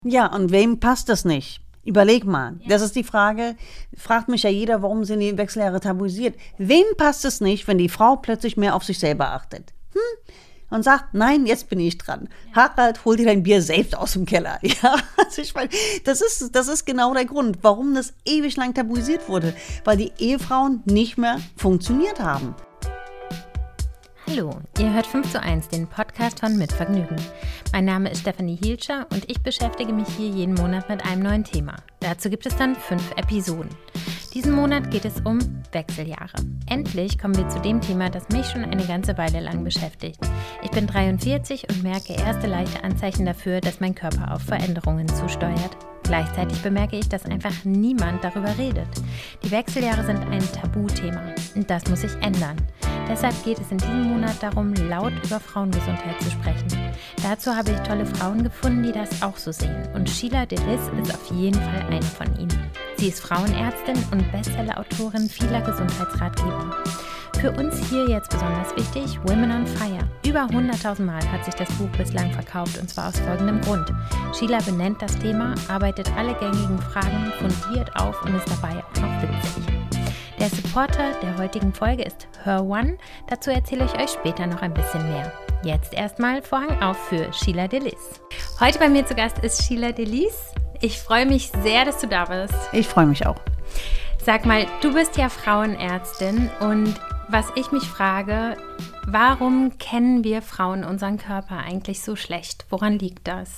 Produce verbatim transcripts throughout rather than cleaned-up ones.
Ja, und wem passt das nicht? Überleg mal, ja. Das ist die Frage, fragt mich ja jeder, warum sind die Wechseljahre tabuisiert? Wem passt es nicht, wenn die Frau plötzlich mehr auf sich selber achtet? Hm? Und sagt, nein, jetzt bin ich dran. Ja. Harald, hol dir dein Bier selbst aus dem Keller. Ja, also ich meine, das ist, das ist genau der Grund, warum das ewig lang tabuisiert wurde, weil die Ehefrauen nicht mehr funktioniert haben. Hallo, ihr hört fünf zu eins, den Podcast von Mit Vergnügen. Mein Name ist Stefanie Hielscher und ich beschäftige mich hier jeden Monat mit einem neuen Thema. Dazu gibt es dann fünf Episoden. Diesen Monat geht es um Wechseljahre. Endlich kommen wir zu dem Thema, das mich schon eine ganze Weile lang beschäftigt. Ich bin dreiundvierzig und merke erste leichte Anzeichen dafür, dass mein Körper auf Veränderungen zusteuert. Gleichzeitig bemerke ich, dass einfach niemand darüber redet. Die Wechseljahre sind ein Tabuthema und das muss sich ändern. Deshalb geht es in diesem Monat darum, laut über Frauengesundheit zu sprechen. Dazu habe ich tolle Frauen gefunden, die das auch so sehen. Und Sheila Delis ist auf jeden Fall eine von ihnen. Sie ist Frauenärztin und Bestseller-Autorin vieler Gesundheitsratgeber. Für uns hier jetzt besonders wichtig, Women on Fire. Über hunderttausend Mal hat sich das Buch bislang verkauft und zwar aus folgendem Grund. Sheila benennt das Thema, arbeitet alle gängigen Fragen fundiert auf und ist dabei auch noch witzig. Der Supporter der heutigen Folge ist Her One. Dazu erzähle ich euch später noch ein bisschen mehr. Jetzt erstmal Vorhang auf für Sheila Delis. Heute bei mir zu Gast ist Sheila Delis. Ich freue mich sehr, dass du da bist. Ich freue mich auch. Sag mal, du bist ja Frauenärztin und was ich mich frage, warum kennen wir Frauen unseren Körper eigentlich so schlecht? Woran liegt das?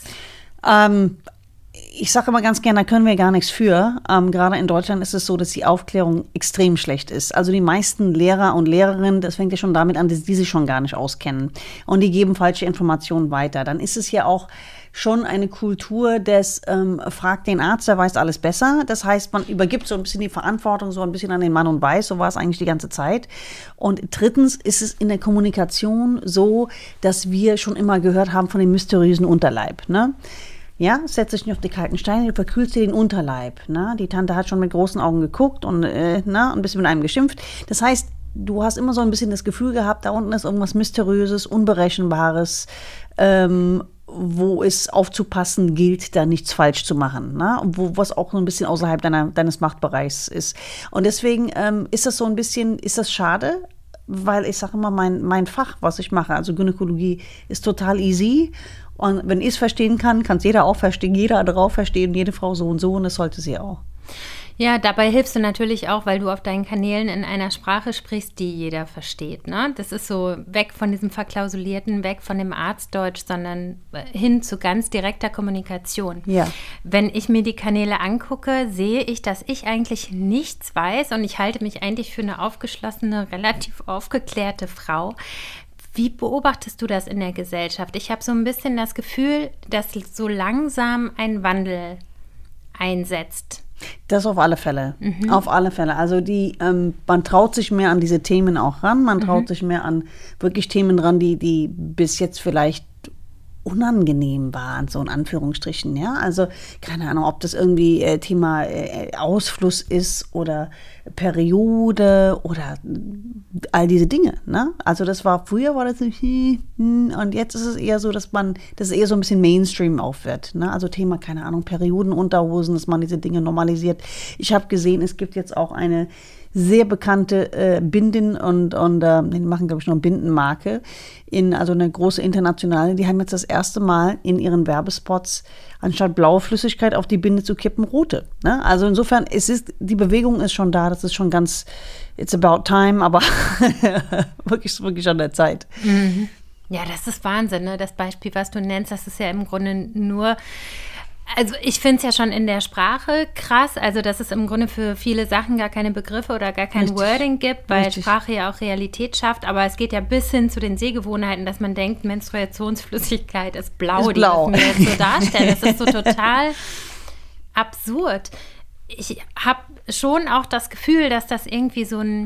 Ähm, ich sage immer ganz gerne, da können wir gar nichts für. Ähm, gerade in Deutschland ist es so, dass die Aufklärung extrem schlecht ist. Also die meisten Lehrer und Lehrerinnen, das fängt ja schon damit an, dass die sich schon gar nicht auskennen. Und die geben falsche Informationen weiter. Dann ist es ja auch schon eine Kultur des ähm, fragt den Arzt, der weiß alles besser. Das heißt, man übergibt so ein bisschen die Verantwortung so ein bisschen an den Mann und weiß, so war es eigentlich die ganze Zeit. Und drittens ist es in der Kommunikation so, dass wir schon immer gehört haben von dem mysteriösen Unterleib, ne? Ja, setz dich nicht auf die kalten Steine, du verkühlst dir den Unterleib, ne? Die Tante hat schon mit großen Augen geguckt und äh, na, ein bisschen mit einem geschimpft. Das heißt, du hast immer so ein bisschen das Gefühl gehabt, da unten ist irgendwas Mysteriöses, Unberechenbares, ähm, wo es aufzupassen gilt, da nichts falsch zu machen, ne? Wo was auch so ein bisschen außerhalb deiner, deines Machtbereichs ist. Und deswegen ähm, ist das so ein bisschen, ist das schade, weil ich sage immer, mein, mein Fach, was ich mache, also Gynäkologie, ist total easy. Und wenn ich es verstehen kann, kann es jeder auch verstehen, jeder drauf verstehen, jede Frau so und so und das sollte sie auch. Ja, dabei hilfst du natürlich auch, weil du auf deinen Kanälen in einer Sprache sprichst, die jeder versteht, ne? Das ist so weg von diesem Verklausulierten, weg von dem Arztdeutsch, sondern hin zu ganz direkter Kommunikation. Ja. Wenn ich mir die Kanäle angucke, sehe ich, dass ich eigentlich nichts weiß und ich halte mich eigentlich für eine aufgeschlossene, relativ aufgeklärte Frau. Wie beobachtest du das in der Gesellschaft? Ich habe so ein bisschen das Gefühl, dass so langsam ein Wandel einsetzt. Das auf alle Fälle, mhm. auf alle Fälle. Also die, ähm, man traut sich mehr an diese Themen auch ran, man traut mhm. sich mehr an wirklich Themen ran, die, die bis jetzt vielleicht unangenehm waren, so in Anführungsstrichen, ja. Also keine Ahnung, ob das irgendwie äh, Thema äh, Ausfluss ist oder Periode oder all diese Dinge, ne? Also das war, früher war das so, und jetzt ist es eher so, dass man, dass es eher so ein bisschen Mainstream aufwird, ne? Also Thema, keine Ahnung, Periodenunterhosen, dass man diese Dinge normalisiert. Ich habe gesehen, es gibt jetzt auch eine sehr bekannte äh, Bindin und, und äh, die machen, glaube ich, noch eine Bindenmarke, in, also eine große internationale, die haben jetzt das erste Mal in ihren Werbespots anstatt blaue Flüssigkeit auf die Binde zu kippen, rote. Ne? Also insofern, es ist, die Bewegung ist schon da, das ist schon ganz, it's about time, aber wirklich, wirklich an der Zeit. Mhm. Ja, das ist Wahnsinn, ne? Das Beispiel, was du nennst, das ist ja im Grunde nur, also ich finde es ja schon in der Sprache krass, also dass es im Grunde für viele Sachen gar keine Begriffe oder gar kein Richtig. Wording gibt, weil Richtig. Sprache ja auch Realität schafft, aber es geht ja bis hin zu den Sehgewohnheiten, dass man denkt, Menstruationsflüssigkeit ist blau, ist blau. die müssen wir jetzt so darstellen. Das ist so total absurd. Ich habe schon auch das Gefühl, dass das irgendwie so ein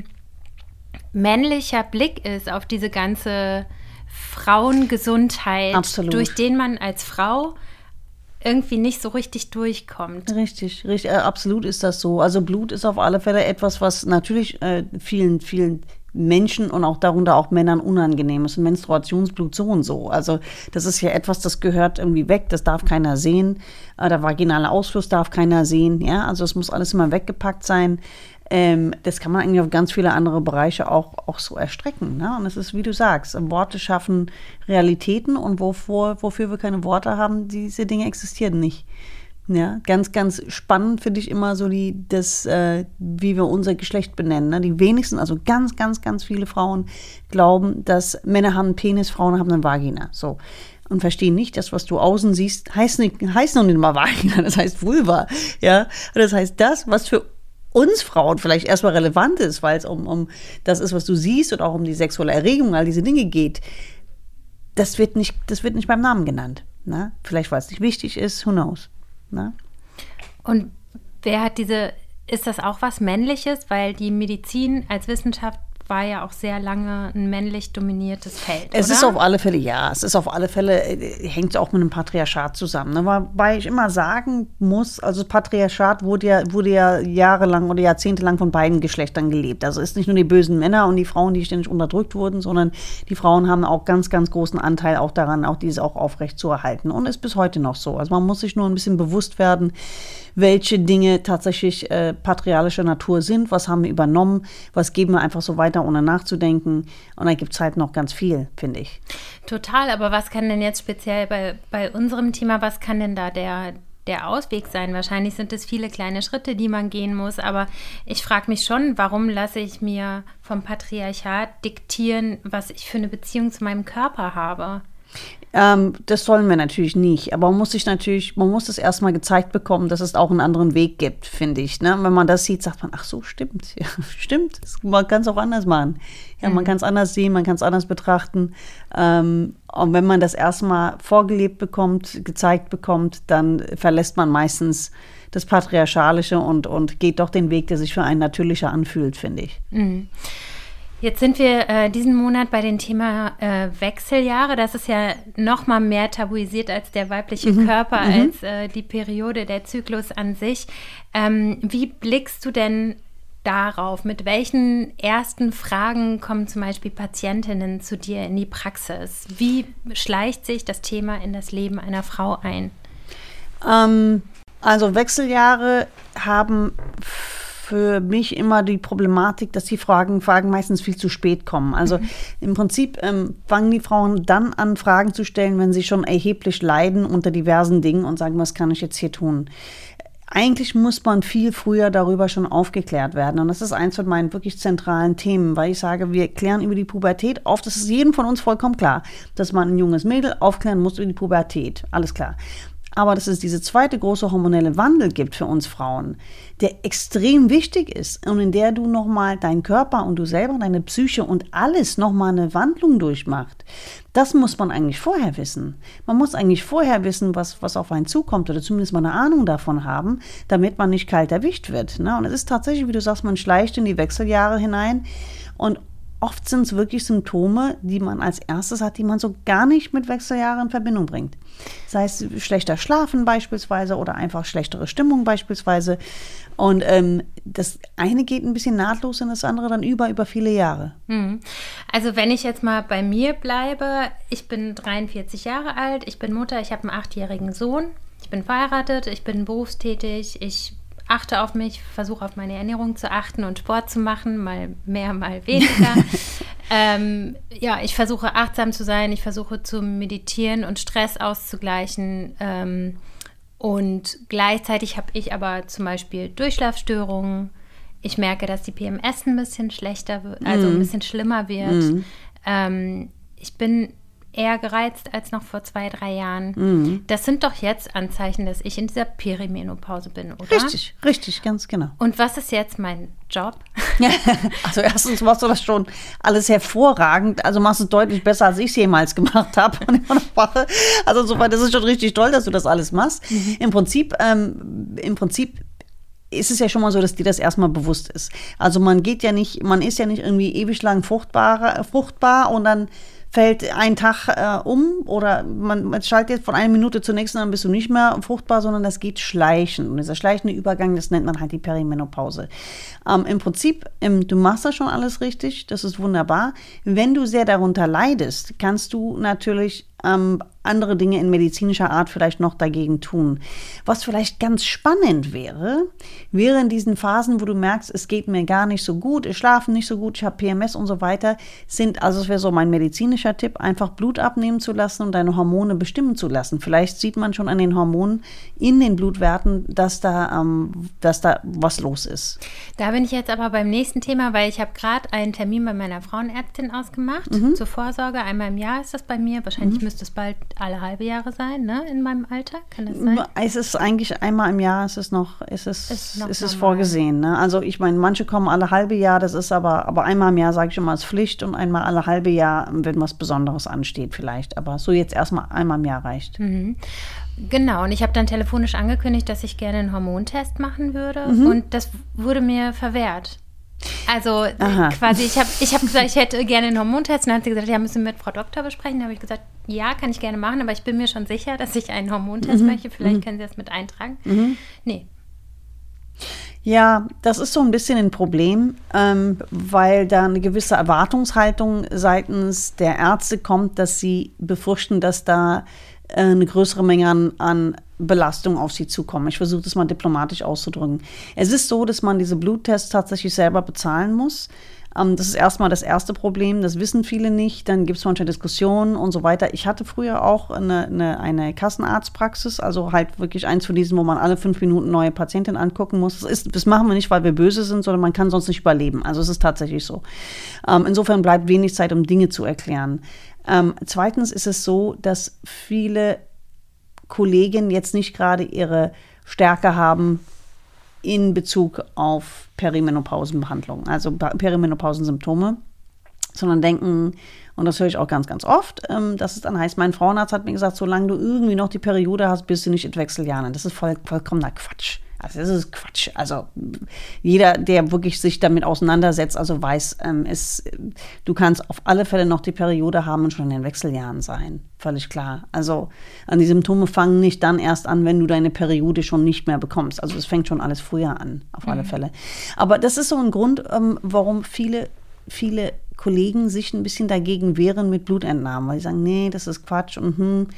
männlicher Blick ist auf diese ganze Frauengesundheit, Absolut. Durch den man als Frau irgendwie nicht so richtig durchkommt. Richtig, richtig, äh, absolut ist das so. Also Blut ist auf alle Fälle etwas, was natürlich äh, vielen, vielen Menschen und auch darunter auch Männern unangenehm ist. Und Menstruationsblut so und so. Also das ist ja etwas, das gehört irgendwie weg, das darf keiner sehen. Der vaginale Ausfluss darf keiner sehen. Ja, also es muss alles immer weggepackt sein. Ähm, das kann man eigentlich auf ganz viele andere Bereiche auch, auch so erstrecken. Ne? Und es ist, wie du sagst, Worte schaffen Realitäten und wovor, wofür wir keine Worte haben, diese Dinge existieren nicht. Ja, ganz, ganz spannend finde ich immer so die, das, äh, wie wir unser Geschlecht benennen. Ne? Die wenigsten, also ganz, ganz, ganz viele Frauen glauben, dass Männer haben einen Penis, Frauen haben eine Vagina. So. Und verstehen nicht, das, was du außen siehst, heißt, nicht, heißt noch nicht mal Vagina, das heißt Vulva. Ja? Und das heißt, das, was für uns Frauen vielleicht erstmal relevant ist, weil es um, um das ist, was du siehst und auch um die sexuelle Erregung, all diese Dinge geht, das wird nicht, das wird nicht beim Namen genannt. Ne? Vielleicht, weil es nicht wichtig ist, who knows. Ne? Und wer hat diese, ist das auch was Männliches? Weil die Medizin als Wissenschaft war ja auch sehr lange ein männlich dominiertes Feld, Es oder? ist auf alle Fälle, ja, es ist auf alle Fälle, äh, hängt es auch mit einem Patriarchat zusammen. Ne? Wobei ich immer sagen muss, also das Patriarchat wurde ja, wurde ja jahrelang oder jahrzehntelang von beiden Geschlechtern gelebt. Also es ist nicht nur die bösen Männer und die Frauen, die ständig unterdrückt wurden, sondern die Frauen haben auch ganz, ganz großen Anteil auch daran, auch diese auch aufrecht zu erhalten. Und ist bis heute noch so. Also man muss sich nur ein bisschen bewusst werden, welche Dinge tatsächlich äh, patriarchischer Natur sind, was haben wir übernommen, was geben wir einfach so weiter, ohne nachzudenken. Und da gibt es halt noch ganz viel, finde ich. Total, aber was kann denn jetzt speziell bei, bei unserem Thema, was kann denn da der, der Ausweg sein? Wahrscheinlich sind es viele kleine Schritte, die man gehen muss, aber ich frage mich schon, warum lasse ich mir vom Patriarchat diktieren, was ich für eine Beziehung zu meinem Körper habe? Ähm, das sollen wir natürlich nicht, aber man muss sich natürlich, man muss es erstmal gezeigt bekommen, dass es auch einen anderen Weg gibt, finde ich. Ne? Wenn man das sieht, sagt man, ach so, stimmt, ja, stimmt, man kann es auch anders machen. Ja, mhm. Man kann es anders sehen, man kann es anders betrachten. Ähm, und wenn man das erstmal vorgelebt bekommt, gezeigt bekommt, dann verlässt man meistens das Patriarchalische und, und geht doch den Weg, der sich für einen natürlicher anfühlt, finde ich. Mhm. Jetzt sind wir äh, diesen Monat bei dem Thema äh, Wechseljahre. Das ist ja noch mal mehr tabuisiert als der weibliche mhm. Körper, mhm. als äh, die Periode, der Zyklus an sich. Ähm, wie blickst du denn darauf? Mit welchen ersten Fragen kommen zum Beispiel Patientinnen zu dir in die Praxis? Wie schleicht sich das Thema in das Leben einer Frau ein? Ähm, also Wechseljahre haben für mich immer die Problematik, dass die Fragen, Fragen meistens viel zu spät kommen. Also mhm. im Prinzip ähm, fangen die Frauen dann an, Fragen zu stellen, wenn sie schon erheblich leiden unter diversen Dingen und sagen, was kann ich jetzt hier tun? Eigentlich muss man viel früher darüber schon aufgeklärt werden. Und das ist eins von meinen wirklich zentralen Themen, weil ich sage, wir klären über die Pubertät auf. Das ist jedem von uns vollkommen klar, dass man ein junges Mädel aufklären muss über die Pubertät. Alles klar. Aber dass es diese zweite große hormonelle Wandel gibt für uns Frauen, der extrem wichtig ist und in der du nochmal dein Körper und du selber, deine Psyche und alles nochmal eine Wandlung durchmacht. Das muss man eigentlich vorher wissen. Man muss eigentlich vorher wissen, was, was auf einen zukommt oder zumindest mal eine Ahnung davon haben, damit man nicht kalt erwischt wird. Ne? Und es ist tatsächlich, wie du sagst, man schleicht in die Wechseljahre hinein und oft sind es wirklich Symptome, die man als erstes hat, die man so gar nicht mit Wechseljahren in Verbindung bringt. Das heißt, schlechter Schlafen beispielsweise oder einfach schlechtere Stimmung beispielsweise. Und ähm, das eine geht ein bisschen nahtlos in das andere dann über, über viele Jahre. Also wenn ich jetzt mal bei mir bleibe, ich bin dreiundvierzig Jahre alt, ich bin Mutter, ich habe einen achtjährigen Sohn, ich bin verheiratet, ich bin berufstätig, ich achte auf mich, versuche auf meine Ernährung zu achten und Sport zu machen, mal mehr, mal weniger. ähm, ja, ich versuche achtsam zu sein, ich versuche zu meditieren und Stress auszugleichen. Ähm, und gleichzeitig habe ich aber zum Beispiel Durchschlafstörungen. Ich merke, dass die P M S ein bisschen schlechter wird, also mm. ein bisschen schlimmer wird. Mm. Ähm, ich bin eher gereizt als noch vor zwei, drei Jahren. Mhm. Das sind doch jetzt Anzeichen, dass ich in dieser Perimenopause bin, oder? Richtig, richtig, ganz genau. Und was ist jetzt mein Job? Also erstens machst du das schon alles hervorragend. Also machst du es deutlich besser, als ich es jemals gemacht habe und immer noch mache. Also insofern, das ist schon richtig toll, dass du das alles machst. Mhm. Im Prinzip, ähm, im Prinzip ist es ja schon mal so, dass dir das erstmal bewusst ist. Also man geht ja nicht, man ist ja nicht irgendwie ewig lang fruchtbar, fruchtbar und dann fällt ein Tag äh, um oder man, man schaltet jetzt von einer Minute zur nächsten, dann bist du nicht mehr fruchtbar, sondern das geht schleichend. Und dieser schleichende Übergang, das nennt man halt die Perimenopause. Ähm, Im Prinzip, ähm, du machst das schon alles richtig, das ist wunderbar. Wenn du sehr darunter leidest, kannst du natürlich ähm, andere Dinge in medizinischer Art vielleicht noch dagegen tun. Was vielleicht ganz spannend wäre, wäre in diesen Phasen, wo du merkst, es geht mir gar nicht so gut, ich schlafe nicht so gut, ich habe P M S und so weiter, sind, also es wäre so mein medizinischer Tipp, einfach Blut abnehmen zu lassen und deine Hormone bestimmen zu lassen. Vielleicht sieht man schon an den Hormonen in den Blutwerten, dass da, ähm, dass da was los ist. Da bin ich jetzt aber beim nächsten Thema, weil ich habe gerade einen Termin bei meiner Frauenärztin ausgemacht, Mhm. zur Vorsorge. Einmal im Jahr ist das bei mir, wahrscheinlich müsste es bald alle halbe Jahre sein, ne, in meinem Alter, kann das sein? Es ist eigentlich einmal im Jahr, ist es noch, ist es, Ist noch ist es normal. vorgesehen. Ne? Also ich meine, manche kommen alle halbe Jahr, das ist aber, aber einmal im Jahr, sage ich immer, ist Pflicht und einmal alle halbe Jahr, wenn was Besonderes ansteht vielleicht. Aber so jetzt erstmal einmal im Jahr reicht. Mhm. Genau, und ich habe dann telefonisch angekündigt, dass ich gerne einen Hormontest machen würde Mhm. und das wurde mir verwehrt. Also äh, Aha. quasi, ich habe ich hab gesagt, ich hätte gerne einen Hormontest und dann hat sie gesagt, ja, müssen wir mit Frau Doktor besprechen. Da habe ich gesagt, ja, kann ich gerne machen, aber ich bin mir schon sicher, dass ich einen Hormontest Mhm. möchte. Vielleicht Mhm. können Sie das mit eintragen. Mhm. Nee. Ja, das ist so ein bisschen ein Problem, ähm, weil da eine gewisse Erwartungshaltung seitens der Ärzte kommt, dass sie befürchten, dass da äh, eine größere Menge an, an Belastung auf sie zukommen. Ich versuche das mal diplomatisch auszudrücken. Es ist so, dass man diese Bluttests tatsächlich selber bezahlen muss. Ähm, das ist erstmal das erste Problem, das wissen viele nicht. Dann gibt es manchmal Diskussionen und so weiter. Ich hatte früher auch eine, eine, eine Kassenarztpraxis, also halt wirklich eins von diesen, wo man alle fünf Minuten neue Patientinnen angucken muss. Das, ist, das machen wir nicht, weil wir böse sind, sondern man kann sonst nicht überleben. Also es ist tatsächlich so. Ähm, insofern bleibt wenig Zeit, um Dinge zu erklären. Ähm, zweitens ist es so, dass viele Kollegen jetzt nicht gerade ihre Stärke haben in Bezug auf Perimenopausenbehandlung, also Perimenopausensymptome, sondern denken, und das höre ich auch ganz, ganz oft, ähm, dass es dann heißt, mein Frauenarzt hat mir gesagt, solange du irgendwie noch die Periode hast, bist du nicht in Wechseljahren. Das ist voll, vollkommener Quatsch. Also das ist Quatsch. Also jeder, der wirklich sich damit auseinandersetzt, also weiß, ähm, es, du kannst auf alle Fälle noch die Periode haben und schon in den Wechseljahren sein. Völlig klar. Also die Symptome fangen nicht dann erst an, wenn du deine Periode schon nicht mehr bekommst. Also es fängt schon alles früher an, auf mhm. alle Fälle. Aber das ist so ein Grund, ähm, warum viele, viele Kollegen sich ein bisschen dagegen wehren mit Blutentnahmen, weil sie sagen, nee, das ist Quatsch und hm,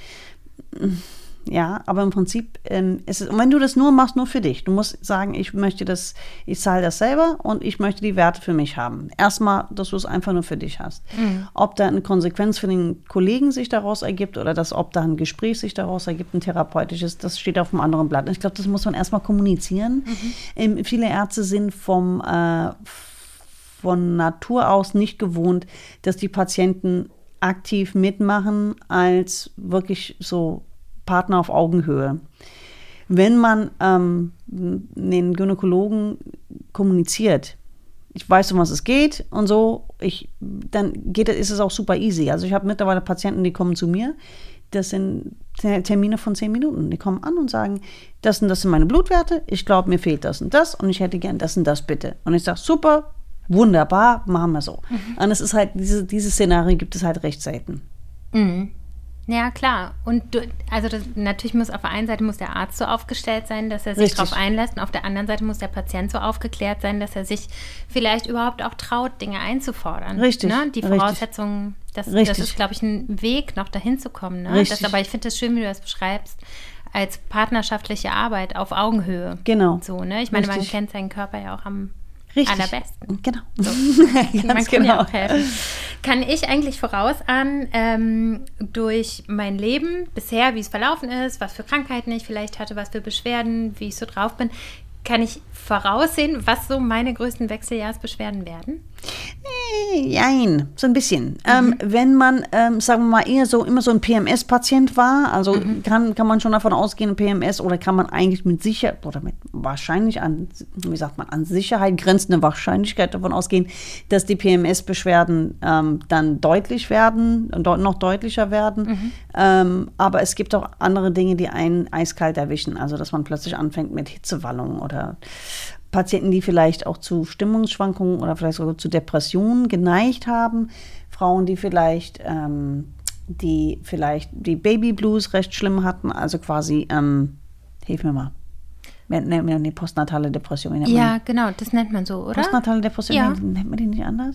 ja, aber im Prinzip ähm, ist es, und wenn du das nur machst, nur für dich, du musst sagen, ich möchte das, ich zahle das selber und ich möchte die Werte für mich haben. Erstmal, dass du es einfach nur für dich hast. Mhm. Ob da eine Konsequenz für den Kollegen sich daraus ergibt oder dass, ob da ein Gespräch sich daraus ergibt, ein therapeutisches, das steht auf einem anderen Blatt. Ich glaube, das muss man erstmal kommunizieren. Mhm. Ähm, viele Ärzte sind vom, äh, von Natur aus nicht gewohnt, dass die Patienten aktiv mitmachen als wirklich so Partner auf Augenhöhe. Wenn man ähm, den Gynäkologen kommuniziert, ich weiß, um was es geht und so, ich, dann geht, ist es auch super easy. Also ich habe mittlerweile Patienten, die kommen zu mir, das sind Termine von zehn Minuten. Die kommen an und sagen, das und das sind meine Blutwerte, ich glaube, mir fehlt das und das und ich hätte gern das und das bitte. Und ich sage, super, wunderbar, machen wir so. Mhm. Und es ist halt, diese, dieses Szenario gibt es halt recht selten. Mhm. Ja, klar. Und du, also das, natürlich muss auf der einen Seite muss der Arzt so aufgestellt sein, dass er sich darauf einlässt und auf der anderen Seite muss der Patient so aufgeklärt sein, dass er sich vielleicht überhaupt auch traut, Dinge einzufordern. Richtig. Ne? Die Voraussetzungen, das, das ist, glaube ich, ein Weg, noch dahin zu kommen. Ne? Das, aber ich finde es schön, wie du das beschreibst, als partnerschaftliche Arbeit auf Augenhöhe. Genau. So, ne? Ich meine, Richtig. man kennt seinen Körper ja auch am Richtig. allerbesten. Genau. So. Ganz Man kann genau. ja auch helfen. Kann ich eigentlich vorausahnen, ähm, durch mein Leben bisher, wie es verlaufen ist, was für Krankheiten ich vielleicht hatte, was für Beschwerden, wie ich so drauf bin, kann ich voraussehen, was so meine größten Wechseljahrsbeschwerden werden? Nein, so ein bisschen. Mhm. Ähm, wenn man, ähm, sagen wir mal, eher so immer so ein P M S-Patient war, also mhm. kann, kann man schon davon ausgehen, P M S, oder kann man eigentlich mit Sicherheit, oder mit wahrscheinlich an, wie sagt man, an Sicherheit grenzende Wahrscheinlichkeit davon ausgehen, dass die P M S-Beschwerden ähm, dann deutlich werden, noch deutlicher werden. Mhm. Ähm, aber es gibt auch andere Dinge, die einen eiskalt erwischen, also dass man plötzlich anfängt mit Hitzewallungen oder Patienten, die vielleicht auch zu Stimmungsschwankungen oder vielleicht sogar zu Depressionen geneigt haben, Frauen, die vielleicht, ähm, die vielleicht die Baby Blues recht schlimm hatten, also quasi, ähm, hilf mir mal. Nennt man die postnatale Depression? Ja, genau, das nennt man so, oder? Postnatale Depression, ja. Nennt man die nicht anders?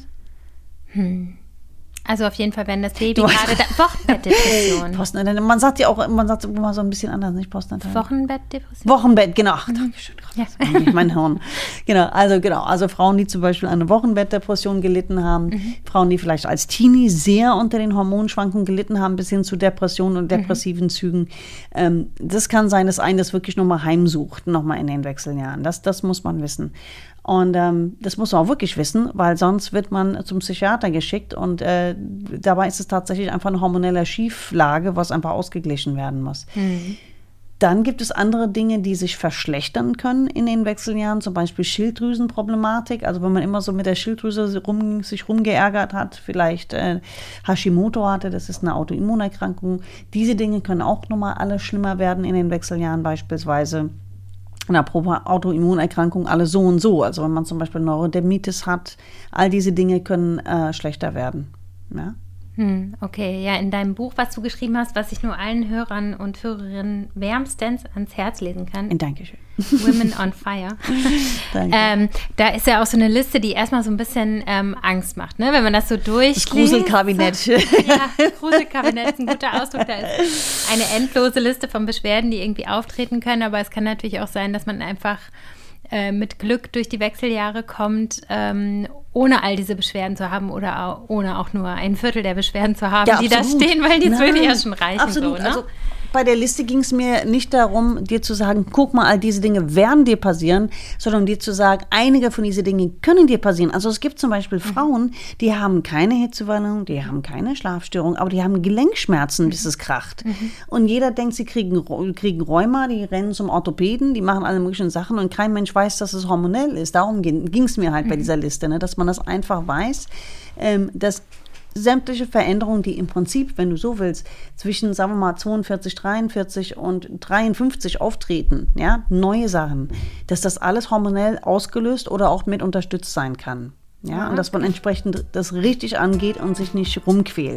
Hm. Also auf jeden Fall, wenn das Baby gerade da, Wochenbettdepression. Postnatal, man sagt ja auch, man sagt immer so ein bisschen anders, nicht Postnatal. Wochenbettdepression. Wochenbett, genau. Ach, danke schön. Ja. Mein Hirn. Genau, also genau, also Frauen, die zum Beispiel eine Wochenbettdepression gelitten haben, mhm. Frauen, die vielleicht als Teenie sehr unter den Hormonschwankungen gelitten haben, bis hin zu Depressionen und depressiven mhm. Zügen. Ähm, das kann sein, dass einen das wirklich nochmal heimsucht, nochmal in den Wechseljahren. Das, das muss man wissen. Und ähm, das muss man auch wirklich wissen, weil sonst wird man zum Psychiater geschickt und äh, dabei ist es tatsächlich einfach eine hormonelle Schieflage, was einfach ausgeglichen werden muss. Mhm. Dann gibt es andere Dinge, die sich verschlechtern können in den Wechseljahren, zum Beispiel Schilddrüsenproblematik. Also wenn man immer so mit der Schilddrüse rum, sich rumgeärgert hat, vielleicht äh, Hashimoto hatte, das ist eine Autoimmunerkrankung. Diese Dinge können auch nochmal alle schlimmer werden in den Wechseljahren beispielsweise. Na, pro Autoimmunerkrankung alle so und so. Also wenn man zum Beispiel Neurodermitis hat, all diese Dinge können äh, schlechter werden. Ja? Hm, okay, ja, in deinem Buch, was du geschrieben hast, was ich nur allen Hörern und Hörerinnen wärmstens ans Herz lesen kann. Dankeschön. Women on Fire. Danke. Ähm, da ist ja auch so eine Liste, die erstmal so ein bisschen ähm, Angst macht, ne? Wenn man das so durchliest. Das Gruselkabinett. Ja, Gruselkabinett ist ein guter Ausdruck. Da ist eine endlose Liste von Beschwerden, die irgendwie auftreten können, aber es kann natürlich auch sein, dass man einfach äh, mit Glück durch die Wechseljahre kommt, ähm, ohne all diese Beschwerden zu haben oder auch, ohne auch nur ein Viertel der Beschwerden zu haben, ja, die da stehen, weil die würde ja schon reichen. Absolut. So, ne? Also bei der Liste ging es mir nicht darum, dir zu sagen, guck mal, all diese Dinge werden dir passieren, sondern um dir zu sagen, einige von diesen Dingen können dir passieren. Also es gibt zum Beispiel mhm. Frauen, die haben keine Hitzewallung, die haben keine Schlafstörung, aber die haben Gelenkschmerzen, bis es kracht. Mhm. Und jeder denkt, sie kriegen, kriegen Rheuma, die rennen zum Orthopäden, die machen alle möglichen Sachen und kein Mensch weiß, dass es hormonell ist. Darum ging es mir halt mhm. bei dieser Liste, ne, dass man das einfach weiß, ähm, dass sämtliche Veränderungen, die im Prinzip, wenn du so willst, zwischen, sagen wir mal, zweiundvierzig, dreiundvierzig und dreiundfünfzig auftreten, ja, neue Sachen, dass das alles hormonell ausgelöst oder auch mit unterstützt sein kann. Ja, ja, und dass man entsprechend das richtig angeht und sich nicht rumquält.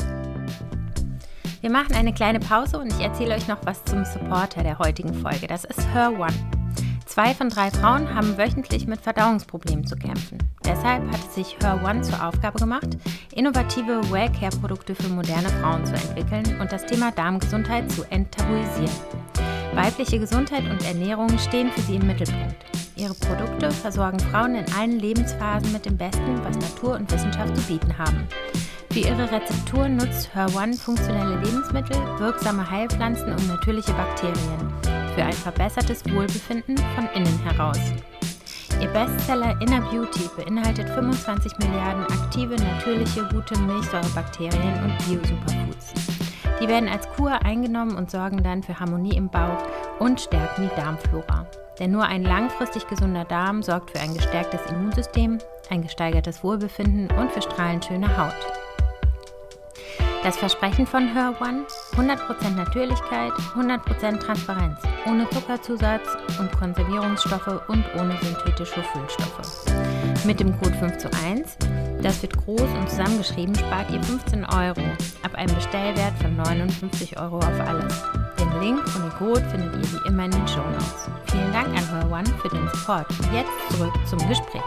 Wir machen eine kleine Pause und ich erzähle euch noch was zum Supporter der heutigen Folge. Das ist Her One. Zwei von drei Frauen haben wöchentlich mit Verdauungsproblemen zu kämpfen. Deshalb hat es sich Her One zur Aufgabe gemacht, innovative Wellcare-Produkte für moderne Frauen zu entwickeln und das Thema Darmgesundheit zu enttabuisieren. Weibliche Gesundheit und Ernährung stehen für sie im Mittelpunkt. Ihre Produkte versorgen Frauen in allen Lebensphasen mit dem Besten, was Natur und Wissenschaft zu bieten haben. Für ihre Rezeptur nutzt Her One funktionelle Lebensmittel, wirksame Heilpflanzen und natürliche Bakterien für ein verbessertes Wohlbefinden von innen heraus. Ihr Bestseller Inner Beauty beinhaltet fünfundzwanzig Milliarden aktive, natürliche, gute Milchsäurebakterien und Bio-Superfoods. Die werden als Kur eingenommen und sorgen dann für Harmonie im Bauch und stärken die Darmflora. Denn nur ein langfristig gesunder Darm sorgt für ein gestärktes Immunsystem, ein gesteigertes Wohlbefinden und für strahlend schöne Haut. Das Versprechen von Her One: hundert Prozent Natürlichkeit, hundert Prozent Transparenz, ohne Zuckerzusatz und Konservierungsstoffe und ohne synthetische Füllstoffe. Mit dem Code fünf zu eins, das wird groß und zusammengeschrieben, spart ihr fünfzehn Euro ab einem Bestellwert von neunundfünfzig Euro auf alles. Den Link und den Code findet ihr wie immer in den Shownotes. Vielen Dank an Her One für den Support. Und jetzt zurück zum Gespräch.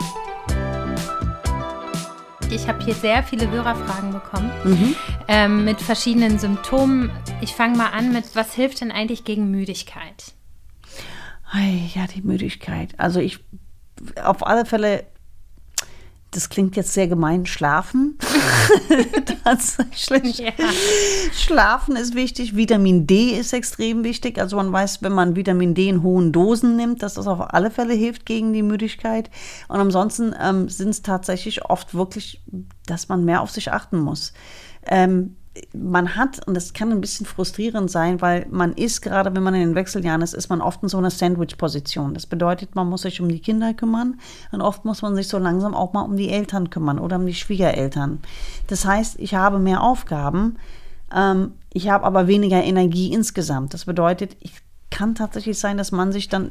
Ich habe hier sehr viele Hörerfragen bekommen mhm. ähm, mit verschiedenen Symptomen. Ich fange mal an mit, was hilft denn eigentlich gegen Müdigkeit? Ja, die Müdigkeit. Also ich, auf alle Fälle, das klingt jetzt sehr gemein, schlafen. Tatsächlich. Ja. Schlafen ist wichtig. Vitamin D ist extrem wichtig. Also man weiß, wenn man Vitamin D in hohen Dosen nimmt, dass das auf alle Fälle hilft gegen die Müdigkeit. Und ansonsten ähm, sind es tatsächlich oft wirklich, dass man mehr auf sich achten muss. Ähm, man hat, und das kann ein bisschen frustrierend sein, weil man ist, gerade wenn man in den Wechseljahren ist, ist man oft in so einer Sandwich-Position. Das bedeutet, man muss sich um die Kinder kümmern und oft muss man sich so langsam auch mal um die Eltern kümmern oder um die Schwiegereltern. Das heißt, ich habe mehr Aufgaben, ähm, ich habe aber weniger Energie insgesamt. Das bedeutet, ich kann tatsächlich sein, dass man sich dann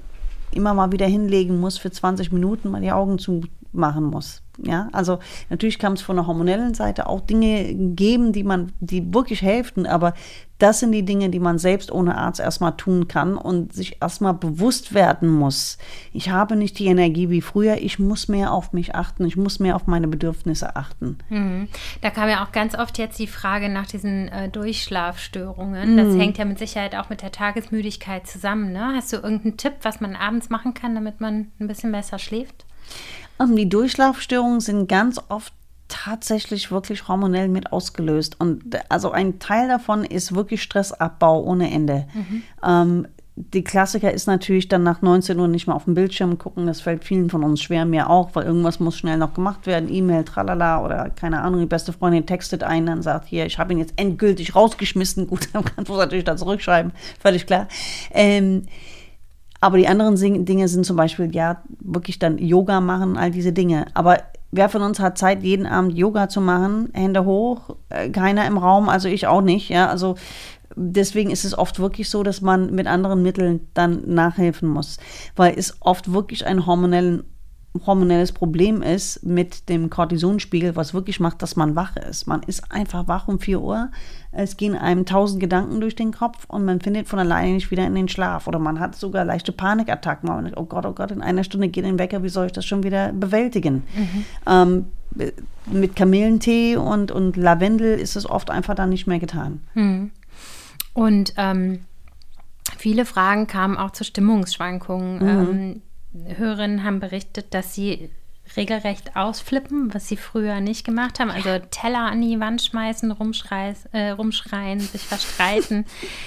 immer mal wieder hinlegen muss für zwanzig Minuten, mal die Augen zu machen muss. Ja, also natürlich kann es von der hormonellen Seite auch Dinge geben, die man, die wirklich helfen, aber das sind die Dinge, die man selbst ohne Arzt erstmal tun kann und sich erstmal bewusst werden muss. Ich habe nicht die Energie wie früher, ich muss mehr auf mich achten, ich muss mehr auf meine Bedürfnisse achten. Mhm. Da kam ja auch ganz oft jetzt die Frage nach diesen äh, Durchschlafstörungen. Mhm. Das hängt ja mit Sicherheit auch mit der Tagesmüdigkeit zusammen, ne? Hast du irgendeinen Tipp, was man abends machen kann, damit man ein bisschen besser schläft? Die Durchschlafstörungen sind ganz oft tatsächlich wirklich hormonell mit ausgelöst. Und also ein Teil davon ist wirklich Stressabbau ohne Ende. Mhm. Ähm, die Klassiker ist natürlich dann nach neunzehn Uhr nicht mehr auf dem Bildschirm gucken. Das fällt vielen von uns schwer, mir auch, weil irgendwas muss schnell noch gemacht werden. E-Mail, tralala oder keine Ahnung, die beste Freundin textet ein, dann sagt, hier, ich habe ihn jetzt endgültig rausgeschmissen. Gut, dann kannst du es natürlich da zurückschreiben, völlig klar. Ähm, Aber die anderen Dinge sind zum Beispiel, ja, wirklich dann Yoga machen, all diese Dinge. Aber wer von uns hat Zeit, jeden Abend Yoga zu machen? Hände hoch, keiner im Raum, also ich auch nicht. Ja, also deswegen ist es oft wirklich so, dass man mit anderen Mitteln dann nachhelfen muss, weil es oft wirklich einen hormonellen hormonelles Problem ist mit dem Cortisonspiegel, was wirklich macht, dass man wach ist. Man ist einfach wach um vier Uhr, es gehen einem tausend Gedanken durch den Kopf und man findet von alleine nicht wieder in den Schlaf. Oder man hat sogar leichte Panikattacken. Man denkt, oh Gott, oh Gott, in einer Stunde geht ein Wecker, wie soll ich das schon wieder bewältigen? Mhm. Ähm, mit Kamillentee und, und Lavendel ist es oft einfach dann nicht mehr getan. Mhm. Und ähm, viele Fragen kamen auch zu Stimmungsschwankungen. Mhm. Ähm, Hörerinnen haben berichtet, dass sie regelrecht ausflippen, was sie früher nicht gemacht haben. Also Teller an die Wand schmeißen, rumschreien, äh, rumschreien sich verstreiten.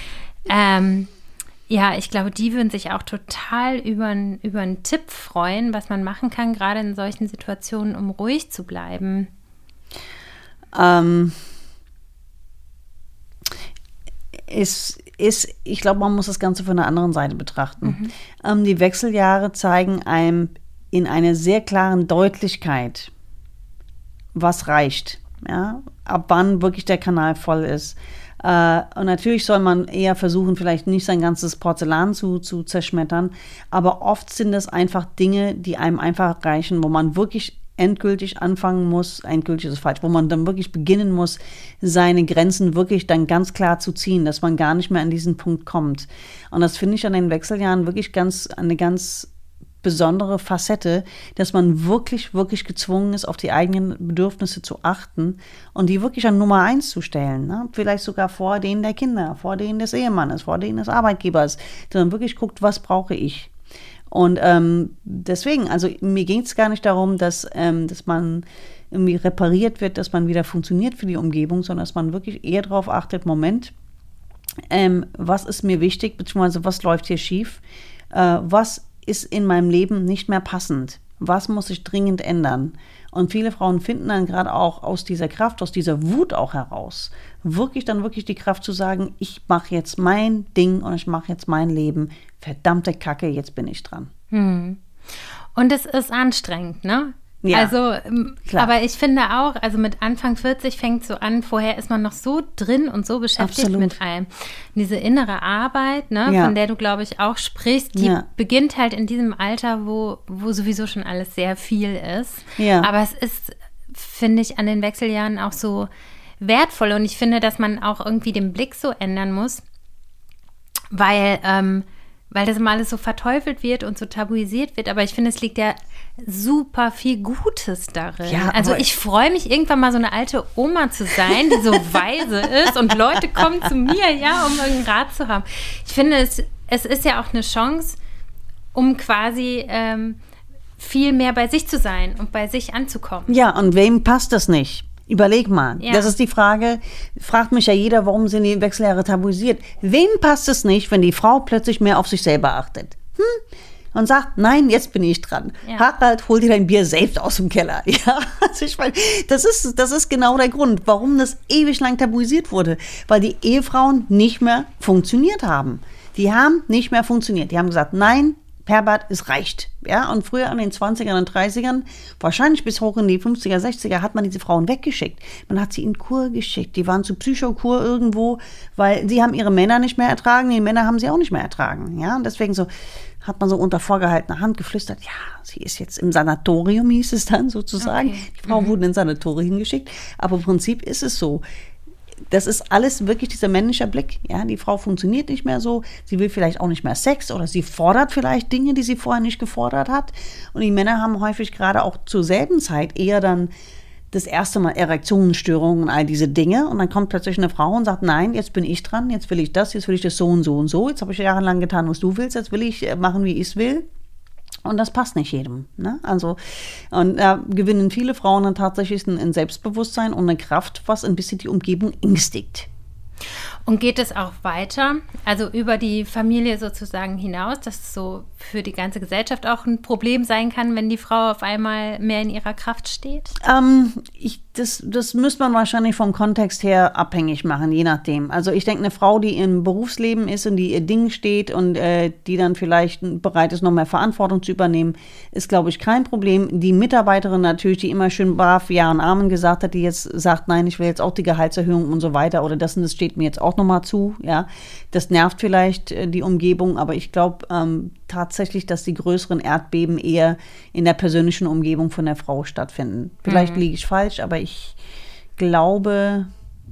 ähm, ja, ich glaube, die würden sich auch total über, über einen Tipp freuen, was man machen kann, gerade in solchen Situationen, um ruhig zu bleiben. Ähm, ist, ist, ich glaube, man muss das Ganze von der anderen Seite betrachten. Mhm. Ähm, die Wechseljahre zeigen einem in einer sehr klaren Deutlichkeit, was reicht. Ja? Ab wann wirklich der Kanal voll ist. Äh, und natürlich soll man eher versuchen, vielleicht nicht sein ganzes Porzellan zu, zu zerschmettern, aber oft sind das einfach Dinge, die einem einfach reichen, wo man wirklich endgültig anfangen muss, endgültig ist falsch, wo man dann wirklich beginnen muss, seine Grenzen wirklich dann ganz klar zu ziehen, dass man gar nicht mehr an diesen Punkt kommt. Und das finde ich an den Wechseljahren wirklich ganz, eine ganz besondere Facette, dass man wirklich, wirklich gezwungen ist, auf die eigenen Bedürfnisse zu achten und die wirklich an Nummer eins zu stellen. Ne? Vielleicht sogar vor denen der Kinder, vor denen des Ehemannes, vor denen des Arbeitgebers, sondern wirklich guckt, was brauche ich? Und ähm, deswegen, also mir ging es gar nicht darum, dass, ähm, dass man irgendwie repariert wird, dass man wieder funktioniert für die Umgebung, sondern dass man wirklich eher darauf achtet, Moment, ähm, was ist mir wichtig, beziehungsweise was läuft hier schief, äh, was ist in meinem Leben nicht mehr passend, was muss ich dringend ändern. Und viele Frauen finden dann gerade auch aus dieser Kraft, aus dieser Wut auch heraus, wirklich dann wirklich die Kraft zu sagen, ich mache jetzt mein Ding und ich mache jetzt mein Leben. Verdammte Kacke, jetzt bin ich dran. Hm. Und es ist anstrengend, ne? Ja, also, klar. Aber ich finde auch, also mit Anfang vierzig fängt es so an, vorher ist man noch so drin und so beschäftigt Absolut. Mit allem. Diese innere Arbeit, ne, ja. von der du, glaube ich, auch sprichst, die ja. beginnt halt in diesem Alter, wo, wo sowieso schon alles sehr viel ist. Ja. Aber es ist, finde ich, an den Wechseljahren auch so wertvoll. Und ich finde, dass man auch irgendwie den Blick so ändern muss, weil, ähm, weil das immer alles so verteufelt wird und so tabuisiert wird. Aber ich finde, es liegt ja super viel Gutes darin. Ja, also ich freue mich, irgendwann mal so eine alte Oma zu sein, die so weise ist und Leute kommen zu mir, ja, um irgendeinen Rat zu haben. Ich finde, es, es ist ja auch eine Chance, um quasi ähm, viel mehr bei sich zu sein und bei sich anzukommen. Ja, und wem passt das nicht? Überleg mal, ja. Das ist die Frage, fragt mich ja jeder, warum sind die Wechseljahre tabuisiert? Wem passt es nicht, wenn die Frau plötzlich mehr auf sich selber achtet? Hm? Und sagt, nein, jetzt bin ich dran. Ja. Harald, hol dir dein Bier selbst aus dem Keller. Ja, also ich meine, das ist, das ist genau der Grund, warum das ewig lang tabuisiert wurde. Weil die Ehefrauen nicht mehr funktioniert haben. Die haben nicht mehr funktioniert. Die haben gesagt, nein, Herbert, es reicht. Ja, und früher an den zwanzigern und dreißigern, wahrscheinlich bis hoch in die fünfziger, sechziger, hat man diese Frauen weggeschickt. Man hat sie in Kur geschickt. Die waren zu Psychokur irgendwo, weil sie haben ihre Männer nicht mehr ertragen. Die Männer haben sie auch nicht mehr ertragen. Ja, und deswegen so, hat man so unter vorgehaltener Hand geflüstert, ja, sie ist jetzt im Sanatorium, hieß es dann sozusagen. Okay. Die Frau mhm. wurde ins Sanatorium geschickt. Aber im Prinzip ist es so. Das ist alles wirklich dieser männliche Blick. Ja, die Frau funktioniert nicht mehr so. Sie will vielleicht auch nicht mehr Sex oder sie fordert vielleicht Dinge, die sie vorher nicht gefordert hat. Und die Männer haben häufig gerade auch zur selben Zeit eher dann das erste Mal Erektionsstörungen und all diese Dinge. Und dann kommt plötzlich eine Frau und sagt, nein, jetzt bin ich dran, jetzt will ich das, jetzt will ich das so und so und so. Jetzt habe ich jahrelang getan, was du willst, jetzt will ich machen, wie ich es will. Und das passt nicht jedem. Ne? Also, und da äh, gewinnen viele Frauen dann tatsächlich ein, ein Selbstbewusstsein und eine Kraft, was ein bisschen die Umgebung ängstigt. Und geht es auch weiter, also über die Familie sozusagen hinaus, dass es so für die ganze Gesellschaft auch ein Problem sein kann, wenn die Frau auf einmal mehr in ihrer Kraft steht? Ähm, ich, das, das müsste man wahrscheinlich vom Kontext her abhängig machen, je nachdem. Also ich denke, eine Frau, die im Berufsleben ist und die ihr Ding steht und äh, die dann vielleicht bereit ist, noch mehr Verantwortung zu übernehmen, ist, glaube ich, kein Problem. Die Mitarbeiterin natürlich, die immer schön brav Ja und Amen gesagt hat, die jetzt sagt, nein, ich will jetzt auch die Gehaltserhöhung und so weiter oder das und das steht mir jetzt auch nochmal zu, ja, das nervt vielleicht äh, die Umgebung, aber ich glaube ähm, tatsächlich, dass die größeren Erdbeben eher in der persönlichen Umgebung von der Frau stattfinden. Vielleicht mhm. liege ich falsch, aber ich glaube,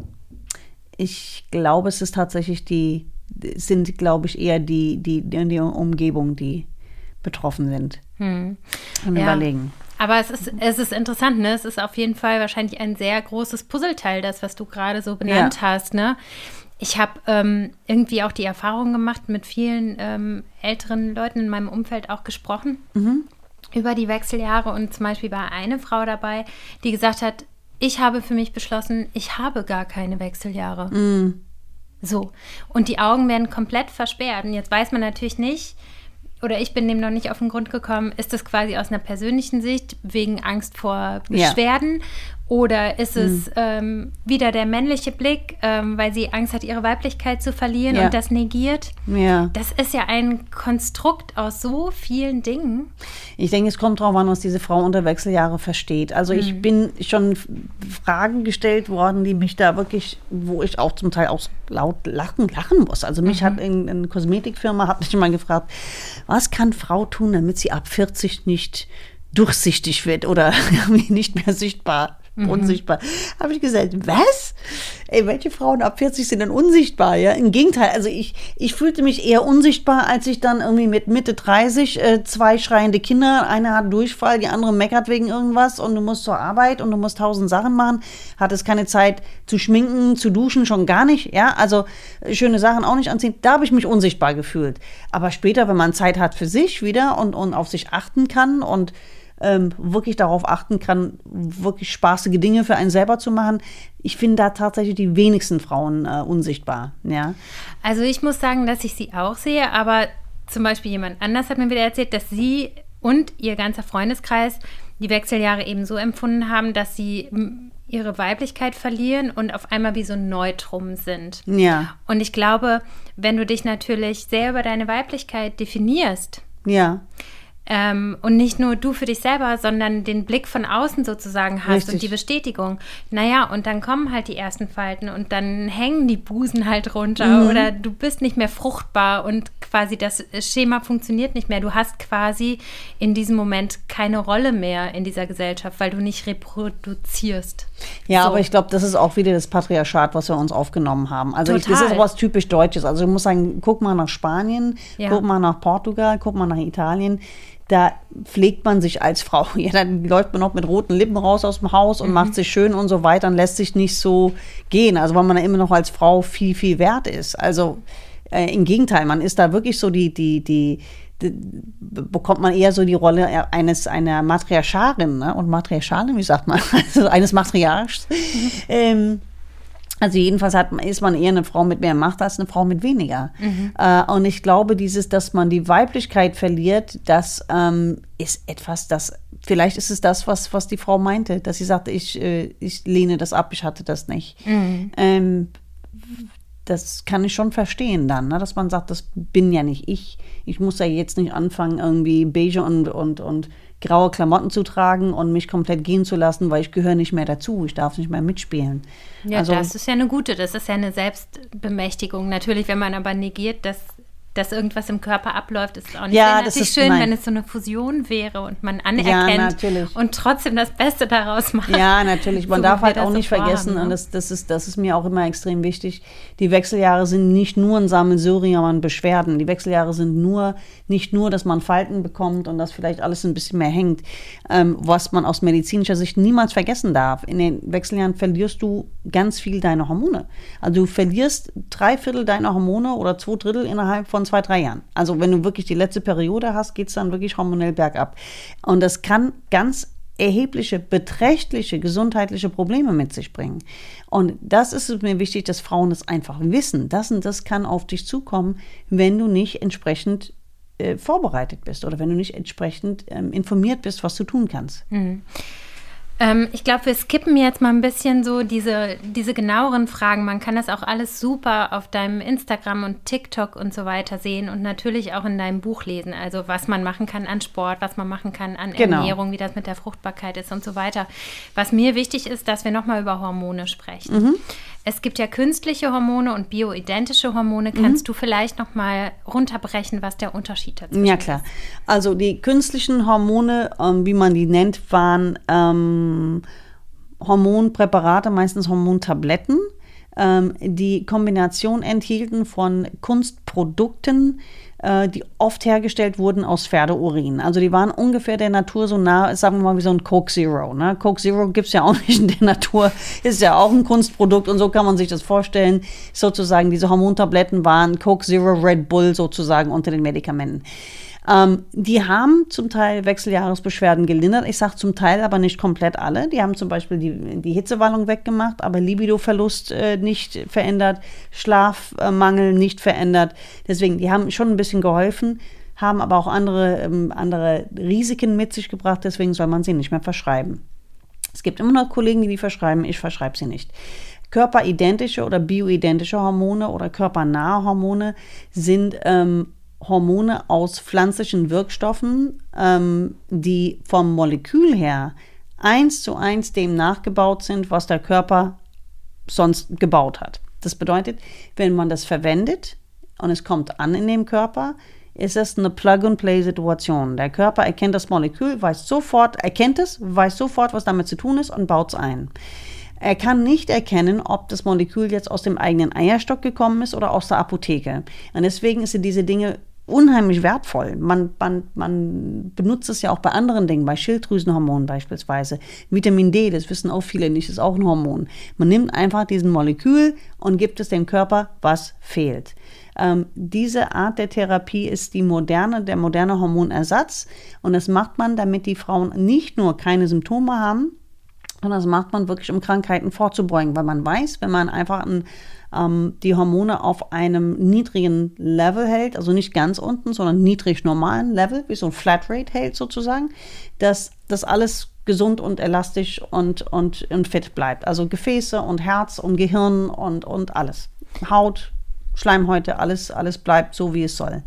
ich glaube, es ist tatsächlich die, sind, glaube ich, eher die, die, die Umgebung, die betroffen sind. Mhm. Und ja. überlegen. Aber es ist, es ist interessant, ne? Es ist auf jeden Fall wahrscheinlich ein sehr großes Puzzleteil, das, was du gerade so benannt ja. hast, ne? Ich habe ähm, irgendwie auch die Erfahrung gemacht, mit vielen ähm, älteren Leuten in meinem Umfeld auch gesprochen mhm. über die Wechseljahre und zum Beispiel war eine Frau dabei, die gesagt hat, ich habe für mich beschlossen, ich habe gar keine Wechseljahre. Mhm. So. Und die Augen werden komplett versperrt. Und jetzt weiß man natürlich nicht, oder ich bin dem noch nicht auf den Grund gekommen, ist das quasi aus einer persönlichen Sicht wegen Angst vor Beschwerden ja. oder ist es mhm. ähm, wieder der männliche Blick, ähm, weil sie Angst hat, ihre Weiblichkeit zu verlieren ja. und das negiert? Ja. Das ist ja ein Konstrukt aus so vielen Dingen. Ich denke, es kommt darauf an, was diese Frau unter Wechseljahre versteht. Also mhm. ich bin schon Fragen gestellt worden, die mich da wirklich, wo ich auch zum Teil auch laut lachen, lachen muss. Also mich mhm. hat eine Kosmetikfirma, hat mich mal gefragt, was kann Frau tun, damit sie ab vierzig nicht durchsichtig wird oder nicht mehr sichtbar, mhm. unsichtbar? Habe ich gesagt, was? Ey, welche Frauen ab vierzig sind denn unsichtbar? Ja? Im Gegenteil, also ich, ich fühlte mich eher unsichtbar, als ich dann irgendwie mit Mitte dreißig äh, zwei schreiende Kinder, eine hat Durchfall, die andere meckert wegen irgendwas und du musst zur Arbeit und du musst tausend Sachen machen, hattest keine Zeit zu schminken, zu duschen, schon gar nicht, ja, also schöne Sachen auch nicht anziehen, da habe ich mich unsichtbar gefühlt. Aber später, wenn man Zeit hat für sich wieder und, und auf sich achten kann und Ähm, wirklich darauf achten kann, wirklich spaßige Dinge für einen selber zu machen. Ich finde da tatsächlich die wenigsten Frauen äh, unsichtbar. Ja. Also ich muss sagen, dass ich sie auch sehe, aber zum Beispiel jemand anders hat mir wieder erzählt, dass sie und ihr ganzer Freundeskreis die Wechseljahre eben so empfunden haben, dass sie ihre Weiblichkeit verlieren und auf einmal wie so ein Neutrum sind. Ja. Und ich glaube, wenn du dich natürlich sehr über deine Weiblichkeit definierst, ja. Ähm, und nicht nur du für dich selber, sondern den Blick von außen sozusagen hast Richtig. Und die Bestätigung. Naja, und dann kommen halt die ersten Falten und dann hängen die Busen halt runter mhm. oder du bist nicht mehr fruchtbar und quasi das Schema funktioniert nicht mehr. Du hast quasi in diesem Moment keine Rolle mehr in dieser Gesellschaft, weil du nicht reproduzierst. Ja, so. Aber ich glaube, das ist auch wieder das Patriarchat, was wir uns aufgenommen haben. Also ich, das ist auch was typisch Deutsches. Also ich muss sagen, guck mal nach Spanien, ja. guck mal nach Portugal, guck mal nach Italien. Da pflegt man sich als Frau. Ja, dann läuft man noch mit roten Lippen raus aus dem Haus und mhm. macht sich schön und so weiter und lässt sich nicht so gehen. Also weil man da immer noch als Frau viel, viel wert ist. Also äh, im Gegenteil, man ist da wirklich so die, die, die, die bekommt man eher so die Rolle eines einer Matriarcharin, ne? Und Matriarchalin, wie sagt man? Also eines Matriarchs. Mhm. Ähm, Also jedenfalls hat, ist man eher eine Frau mit mehr Macht als eine Frau mit weniger. Mhm. Äh, und ich glaube, dieses, dass man die Weiblichkeit verliert, das ähm, ist etwas, das, vielleicht ist es das, was, was die Frau meinte, dass sie sagte, ich, äh, ich lehne das ab, ich hatte das nicht. Mhm. Ähm, das kann ich schon verstehen dann, ne? Dass man sagt, das bin ja nicht ich. Ich muss ja jetzt nicht anfangen, irgendwie beige und, und, und graue Klamotten zu tragen und mich komplett gehen zu lassen, weil ich gehöre nicht mehr dazu. Ich darf nicht mehr mitspielen. Ja, also, das ist ja eine gute, das ist ja eine Selbstbemächtigung. Natürlich, wenn man aber negiert, dass dass irgendwas im Körper abläuft, ist auch nicht. Ja, wäre das natürlich ist, schön, nein. wenn es so eine Fusion wäre und man Ja, anerkennt natürlich. und trotzdem das Beste daraus macht. Ja, natürlich. Man So, darf wie wir halt das auch so nicht vorhaben, vergessen, ne? und das, das, ist, das ist mir auch immer extrem wichtig, die Wechseljahre sind nicht nur ein Sammelsurium an Beschwerden. Die Wechseljahre sind nur nicht nur, dass man Falten bekommt und dass vielleicht alles ein bisschen mehr hängt, ähm, was man aus medizinischer Sicht niemals vergessen darf. In den Wechseljahren verlierst du ganz viel deine Hormone. Also du verlierst drei Viertel deiner Hormone oder zwei Drittel innerhalb von zwei, drei Jahren. Also wenn du wirklich die letzte Periode hast, geht es dann wirklich hormonell bergab. Und das kann ganz erhebliche, beträchtliche gesundheitliche Probleme mit sich bringen. Und das ist es mir wichtig, dass Frauen das einfach wissen. Das und das kann auf dich zukommen, wenn du nicht entsprechend äh, vorbereitet bist oder wenn du nicht entsprechend ähm, informiert bist, was du tun kannst. Mhm. Ähm, ich glaube, wir skippen jetzt mal ein bisschen so diese, diese genaueren Fragen. Man kann das auch alles super auf deinem Instagram und TikTok und so weiter sehen und natürlich auch in deinem Buch lesen. Also was man machen kann an Sport, was man machen kann an Genau. Ernährung, wie das mit der Fruchtbarkeit ist und so weiter. Was mir wichtig ist, dass wir nochmal über Hormone sprechen. Mhm. Es gibt ja künstliche Hormone und bioidentische Hormone. Kannst mhm. du vielleicht nochmal runterbrechen, was der Unterschied dazwischen ist? Ja, klar. Also die künstlichen Hormone, ähm, wie man die nennt, waren ähm, Hormonpräparate, meistens Hormontabletten, ähm, die Kombination enthielten von Kunstprodukten, äh, die oft hergestellt wurden aus Pferdeurin. Also die waren ungefähr der Natur so nah, sagen wir mal, wie so ein Coke Zero. Ne? Coke Zero gibt es ja auch nicht in der Natur, ist ja auch ein Kunstprodukt und so kann man sich das vorstellen. Sozusagen diese Hormontabletten waren Coke Zero, Red Bull sozusagen unter den Medikamenten. Ähm, die haben zum Teil Wechseljahresbeschwerden gelindert. Ich sage zum Teil, aber nicht komplett alle. Die haben zum Beispiel die, die Hitzewallung weggemacht, aber Libidoverlust äh, nicht verändert, Schlafmangel nicht verändert. Deswegen, die haben schon ein bisschen geholfen, haben aber auch andere, ähm, andere Risiken mit sich gebracht. Deswegen soll man sie nicht mehr verschreiben. Es gibt immer noch Kollegen, die die verschreiben. Ich verschreibe sie nicht. Körperidentische oder bioidentische Hormone oder körpernahe Hormone sind ähm, Hormone aus pflanzlichen Wirkstoffen, ähm, die vom Molekül her eins zu eins dem nachgebaut sind, was der Körper sonst gebaut hat. Das bedeutet, wenn man das verwendet und es kommt an in dem Körper, ist es eine Plug-and-Play-Situation. Der Körper erkennt das Molekül, weiß sofort, erkennt es, weiß sofort, was damit zu tun ist und baut es ein. Er kann nicht erkennen, ob das Molekül jetzt aus dem eigenen Eierstock gekommen ist oder aus der Apotheke. Und deswegen sind diese Dinge unheimlich wertvoll. Man, man, man benutzt es ja auch bei anderen Dingen, bei Schilddrüsenhormonen beispielsweise. Vitamin D, das wissen auch viele nicht, ist auch ein Hormon. Man nimmt einfach diesen Molekül und gibt es dem Körper, was fehlt. Ähm, diese Art der Therapie ist die moderne, der moderne Hormonersatz. Und das macht man, damit die Frauen nicht nur keine Symptome haben, sondern das macht man wirklich, um Krankheiten vorzubeugen, weil man weiß, wenn man einfach ein ähm, die Hormone auf einem niedrigen Level hält, also nicht ganz unten, sondern niedrig normalen Level, wie so ein Flatrate hält sozusagen, dass das alles gesund und elastisch und, und, und fit bleibt. Also Gefäße und Herz und Gehirn und, und alles. Haut, Schleimhäute, alles, alles bleibt so, wie es soll.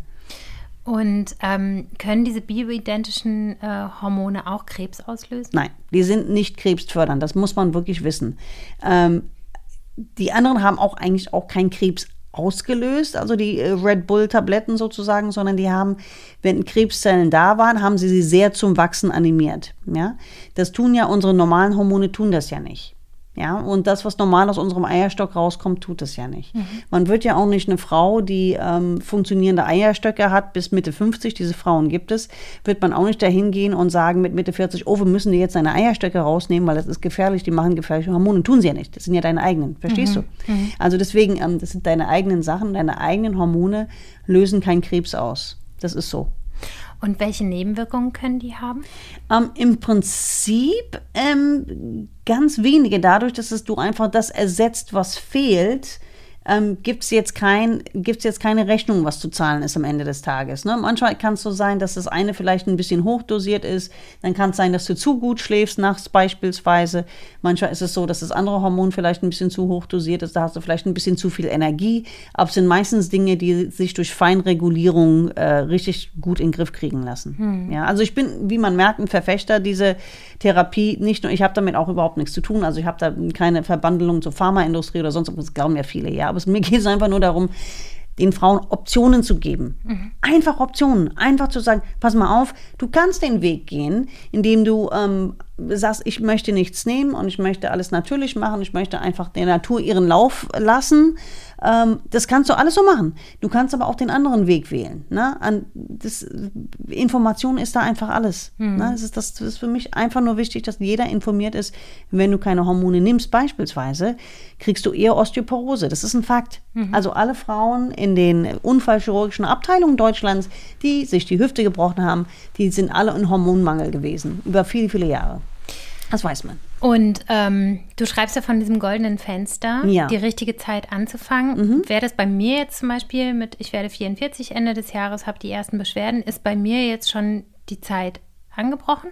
Und ähm, können diese bioidentischen äh, Hormone auch Krebs auslösen? Nein, die sind nicht krebsfördernd, das muss man wirklich wissen. Ähm, die anderen haben auch eigentlich auch keinen Krebs ausgelöst, also die äh, Red Bull-Tabletten sozusagen, sondern die haben, wenn Krebszellen da waren, haben sie sie sehr zum Wachsen animiert. Ja? Das tun ja unsere normalen Hormone, tun das ja nicht. Ja, und das, was normal aus unserem Eierstock rauskommt, tut es ja nicht. Mhm. Man wird ja auch nicht eine Frau, die ähm, funktionierende Eierstöcke hat, bis Mitte fünfzig, diese Frauen gibt es, wird man auch nicht dahin gehen und sagen mit Mitte vierzig, oh, wir müssen dir jetzt deine Eierstöcke rausnehmen, weil das ist gefährlich, die machen gefährliche Hormone. Tun sie ja nicht, das sind ja deine eigenen, verstehst mhm. du? Mhm. Also deswegen, ähm, das sind deine eigenen Sachen, deine eigenen Hormone lösen keinen Krebs aus. Das ist so. Und welche Nebenwirkungen können die haben? Ähm, Im Prinzip ähm, ganz wenige. Dadurch, dass es du einfach das ersetzt, was fehlt, ähm, gibt es jetzt, kein, gibt's jetzt keine Rechnung, was zu zahlen ist am Ende des Tages. Ne? Manchmal kann es so sein, dass das eine vielleicht ein bisschen hochdosiert ist. Dann kann es sein, dass du zu gut schläfst nachts beispielsweise. Manchmal ist es so, dass das andere Hormon vielleicht ein bisschen zu hochdosiert ist. Da hast du vielleicht ein bisschen zu viel Energie. Aber es sind meistens Dinge, die sich durch Feinregulierung äh, richtig gut in den Griff kriegen lassen. Hm. Ja, also ich bin, wie man merkt, ein Verfechter dieser Therapie. Nicht nur, ich habe damit auch überhaupt nichts zu tun. Also ich habe da keine Verbandelung zur Pharmaindustrie oder sonst was. Das glauben ja viele, ja. Aber mir geht es einfach nur darum, den Frauen Optionen zu geben. Mhm. Einfach Optionen. Einfach zu sagen, pass mal auf, du kannst den Weg gehen, indem du ähm, sagst, ich möchte nichts nehmen und ich möchte alles natürlich machen, ich möchte einfach der Natur ihren Lauf lassen. Ähm, das kannst du alles so machen. Du kannst aber auch den anderen Weg wählen. Ne? An, das, Information ist da einfach alles. Mhm. Ne? Das, ist, das, das ist für mich einfach nur wichtig, dass jeder informiert ist. Wenn du keine Hormone nimmst beispielsweise, kriegst du eher Osteoporose. Das ist ein Fakt. Mhm. Also alle Frauen in den unfallchirurgischen Abteilungen Deutschlands, die sich die Hüfte gebrochen haben, die sind alle in Hormonmangel gewesen. Über viele, viele Jahre. Das weiß man. Und ähm, du schreibst ja von diesem goldenen Fenster, ja. die richtige Zeit anzufangen. Mhm. Wäre das bei mir jetzt zum Beispiel mit, ich werde vierundvierzig Ende des Jahres, habe die ersten Beschwerden, ist bei mir jetzt schon die Zeit angebrochen?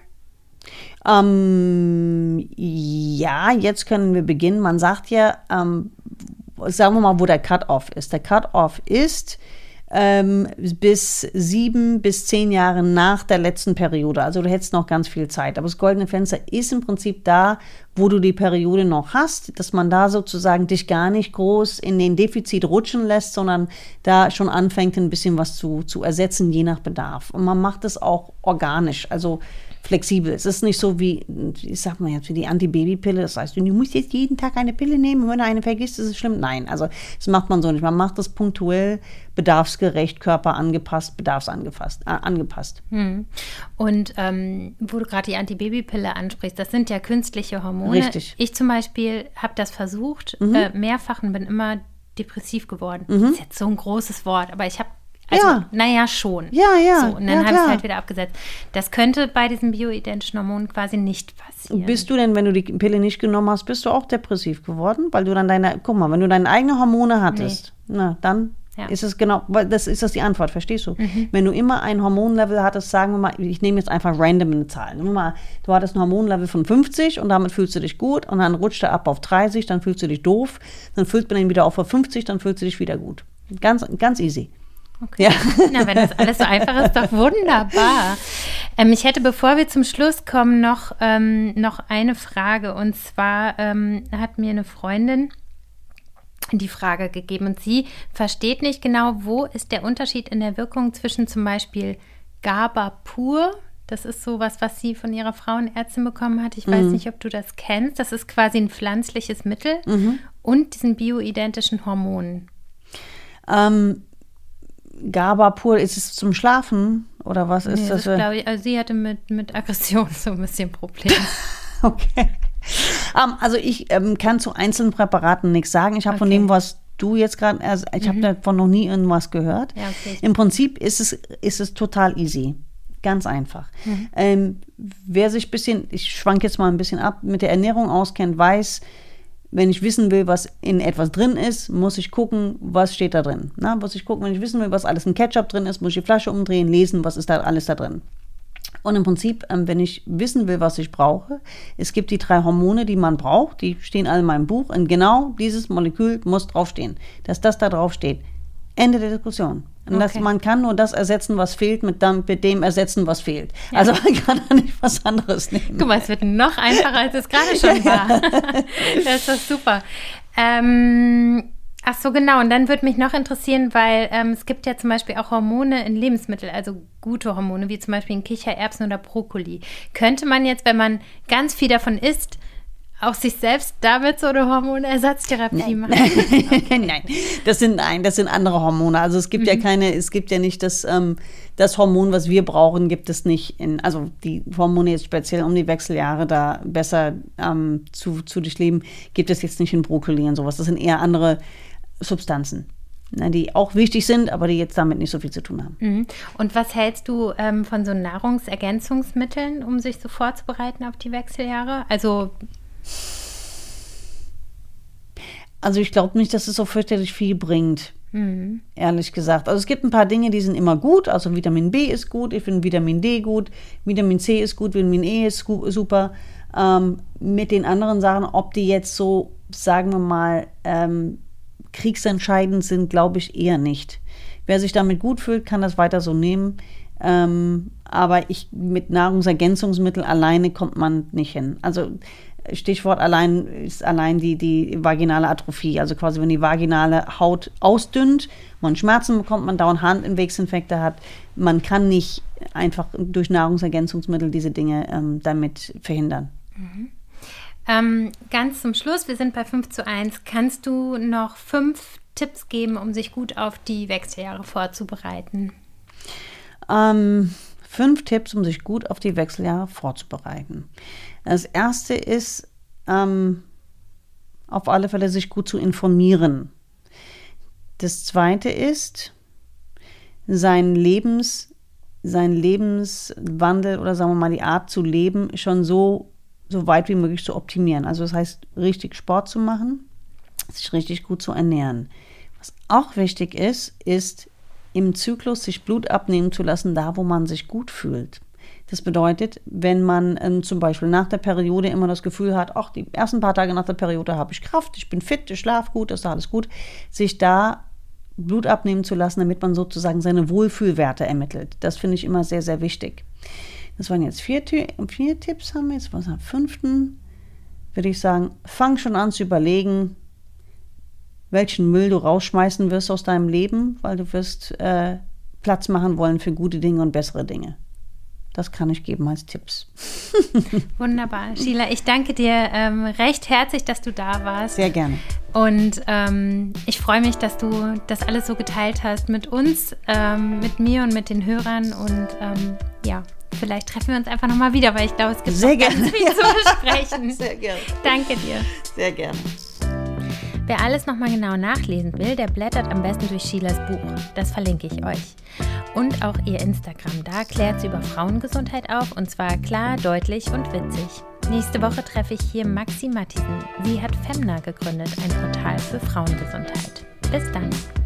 Ähm, ja, jetzt können wir beginnen. Man sagt ja, ähm, sagen wir mal, wo der Cut-Off ist. Der Cut-Off ist ähm, bis sieben bis zehn Jahre nach der letzten Periode. Also du hättest noch ganz viel Zeit. Aber das goldene Fenster ist im Prinzip da, wo du die Periode noch hast, dass man da sozusagen dich gar nicht groß in den Defizit rutschen lässt, sondern da schon anfängt, ein bisschen was zu, zu ersetzen, je nach Bedarf. Und man macht es auch organisch, also flexibel. Es ist nicht so wie, ich sag mal jetzt, wie die Antibabypille. Das heißt, du musst jetzt jeden Tag eine Pille nehmen und wenn du eine vergisst, ist es schlimm. Nein, also das macht man so nicht. Man macht das punktuell, bedarfsgerecht, körperangepasst, bedarfsangepasst. Äh, angepasst. Hm. Und ähm, wo du gerade die Antibabypille ansprichst, das sind ja künstliche Hormone. Richtig. Ich zum Beispiel habe das versucht, mhm. äh, mehrfach und bin immer depressiv geworden. Mhm. Das ist jetzt so ein großes Wort, aber ich habe Also, ja. naja, schon. Ja, ja. So, und dann ja, habe ich es halt wieder abgesetzt. Das könnte bei diesen bioidentischen Hormonen quasi nicht passieren. Bist du denn, wenn du die Pille nicht genommen hast, bist du auch depressiv geworden? Weil du dann deine, guck mal, wenn du deine eigenen Hormone hattest, nee. na, dann ja. ist es genau, weil das ist das die Antwort, verstehst du? Mhm. Wenn du immer ein Hormonlevel hattest, sagen wir mal, ich nehme jetzt einfach random eine Zahl. Nehmen wir mal, du hattest ein Hormonlevel von fünfzig und damit fühlst du dich gut und dann rutscht er ab auf dreißig, dann fühlst du dich doof, dann fühlst du ihn wieder auf fünfzig, dann fühlst du dich wieder gut. Ganz, ganz easy. Okay. Ja. Na, wenn das alles so einfach ist, doch wunderbar. Ähm, ich hätte, bevor wir zum Schluss kommen, noch, ähm, noch eine Frage. Und zwar ähm, hat mir eine Freundin die Frage gegeben und sie versteht nicht genau, wo ist der Unterschied in der Wirkung zwischen zum Beispiel GABA pur, das ist sowas, was sie von ihrer Frauenärztin bekommen hat, ich weiß mhm. nicht, ob du das kennst, das ist quasi ein pflanzliches Mittel, mhm. und diesen bioidentischen Hormonen. Ähm, GABA pur, ist es zum Schlafen oder was ist nee, das? das glaube ich, also sie hatte mit, mit Aggression so ein bisschen Probleme. Okay. Um, also ich ähm, kann zu einzelnen Präparaten nichts sagen. Ich habe okay. von dem, was du jetzt gerade, also ich mhm. habe davon noch nie irgendwas gehört. Ja, okay. Im Prinzip ist es, ist es total easy. Ganz einfach. Mhm. Ähm, wer sich ein bisschen, ich schwank jetzt mal ein bisschen ab, mit der Ernährung auskennt, weiß, wenn ich wissen will, was in etwas drin ist, muss ich gucken, was steht da drin. Na, muss ich gucken, wenn ich wissen will, was alles in Ketchup drin ist, muss ich die Flasche umdrehen, lesen, was ist da alles da drin. Und im Prinzip, wenn ich wissen will, was ich brauche, es gibt die drei Hormone, die man braucht, die stehen alle in meinem Buch und genau dieses Molekül muss draufstehen, dass das da draufsteht. Ende der Diskussion. Und okay. dass man kann nur das ersetzen, was fehlt, mit dem, mit dem ersetzen, was fehlt. Ja. Also man kann da nicht was anderes nehmen. Guck mal, es wird noch einfacher, als es gerade schon war. Das ist doch super. Ähm, ach so, genau. Und dann würde mich noch interessieren, weil ähm, es gibt ja zum Beispiel auch Hormone in Lebensmitteln, also gute Hormone, wie zum Beispiel in Kichererbsen oder Brokkoli. Könnte man jetzt, wenn man ganz viel davon isst, auch sich selbst damit so eine Hormonersatztherapie machen? Nein, das sind, nein, das sind andere Hormone. Also es gibt mhm. ja keine, es gibt ja nicht das, ähm, das Hormon, was wir brauchen, gibt es nicht in, also die Hormone jetzt speziell um die Wechseljahre da besser ähm, zu, zu durchleben, gibt es jetzt nicht in Brokkoli und sowas. Das sind eher andere Substanzen, ne, die auch wichtig sind, aber die jetzt damit nicht so viel zu tun haben. Mhm. Und was hältst du ähm, von so Nahrungsergänzungsmitteln, um sich so vorzubereiten auf die Wechseljahre? Also Also ich glaube nicht, dass es so fürchterlich viel bringt, mhm. ehrlich gesagt. Also es gibt ein paar Dinge, die sind immer gut. Also Vitamin B ist gut, ich finde Vitamin D gut, Vitamin C ist gut, Vitamin E ist gu- super. Ähm, mit den anderen Sachen, ob die jetzt so, sagen wir mal, ähm, kriegsentscheidend sind, glaube ich eher nicht. Wer sich damit gut fühlt, kann das weiter so nehmen. Ähm, aber ich mit Nahrungsergänzungsmitteln alleine kommt man nicht hin. Also Stichwort allein ist allein die, die vaginale Atrophie, also quasi wenn die vaginale Haut ausdünnt, man Schmerzen bekommt, man dauernd Harnwegsinfekte hat, man kann nicht einfach durch Nahrungsergänzungsmittel diese Dinge ähm, damit verhindern. Mhm. Ähm, ganz zum Schluss, wir sind bei fünf zu eins, kannst du noch fünf Tipps geben, um sich gut auf die Wechseljahre vorzubereiten? Ähm, fünf Tipps, um sich gut auf die Wechseljahre vorzubereiten. Das erste ist, ähm, auf alle Fälle sich gut zu informieren. Das zweite ist, sein Lebens, sein Lebenswandel oder sagen wir mal die Art zu leben schon so, so weit wie möglich zu optimieren. Also das heißt, richtig Sport zu machen, sich richtig gut zu ernähren. Was auch wichtig ist, ist im Zyklus sich Blut abnehmen zu lassen, da wo man sich gut fühlt. Das bedeutet, wenn man ähm, zum Beispiel nach der Periode immer das Gefühl hat, ach, die ersten paar Tage nach der Periode habe ich Kraft, ich bin fit, ich schlafe gut, ist alles gut, sich da Blut abnehmen zu lassen, damit man sozusagen seine Wohlfühlwerte ermittelt. Das finde ich immer sehr, sehr wichtig. Das waren jetzt vier, vier Tipps, haben wir jetzt, was am fünften, würde ich sagen, fang schon an zu überlegen, welchen Müll du rausschmeißen wirst aus deinem Leben, weil du wirst äh, Platz machen wollen für gute Dinge und bessere Dinge. Das kann ich geben als Tipps. Wunderbar. Sheila, ich danke dir ähm, recht herzlich, dass du da warst. Sehr gerne. Und ähm, ich freue mich, dass du das alles so geteilt hast mit uns, ähm, mit mir und mit den Hörern. Und ähm, ja, vielleicht treffen wir uns einfach nochmal wieder, weil ich glaube, es gibt Sehr noch ganz gerne. viel zu besprechen. Sehr gerne. Danke dir. Sehr gerne. Wer alles nochmal genau nachlesen will, der blättert am besten durch Sheilas Buch. Das verlinke ich euch. Und auch ihr Instagram. Da klärt sie über Frauengesundheit auf und zwar klar, deutlich und witzig. Nächste Woche treffe ich hier Maxi Mattisen. Sie hat Femna gegründet, ein Portal für Frauengesundheit. Bis dann.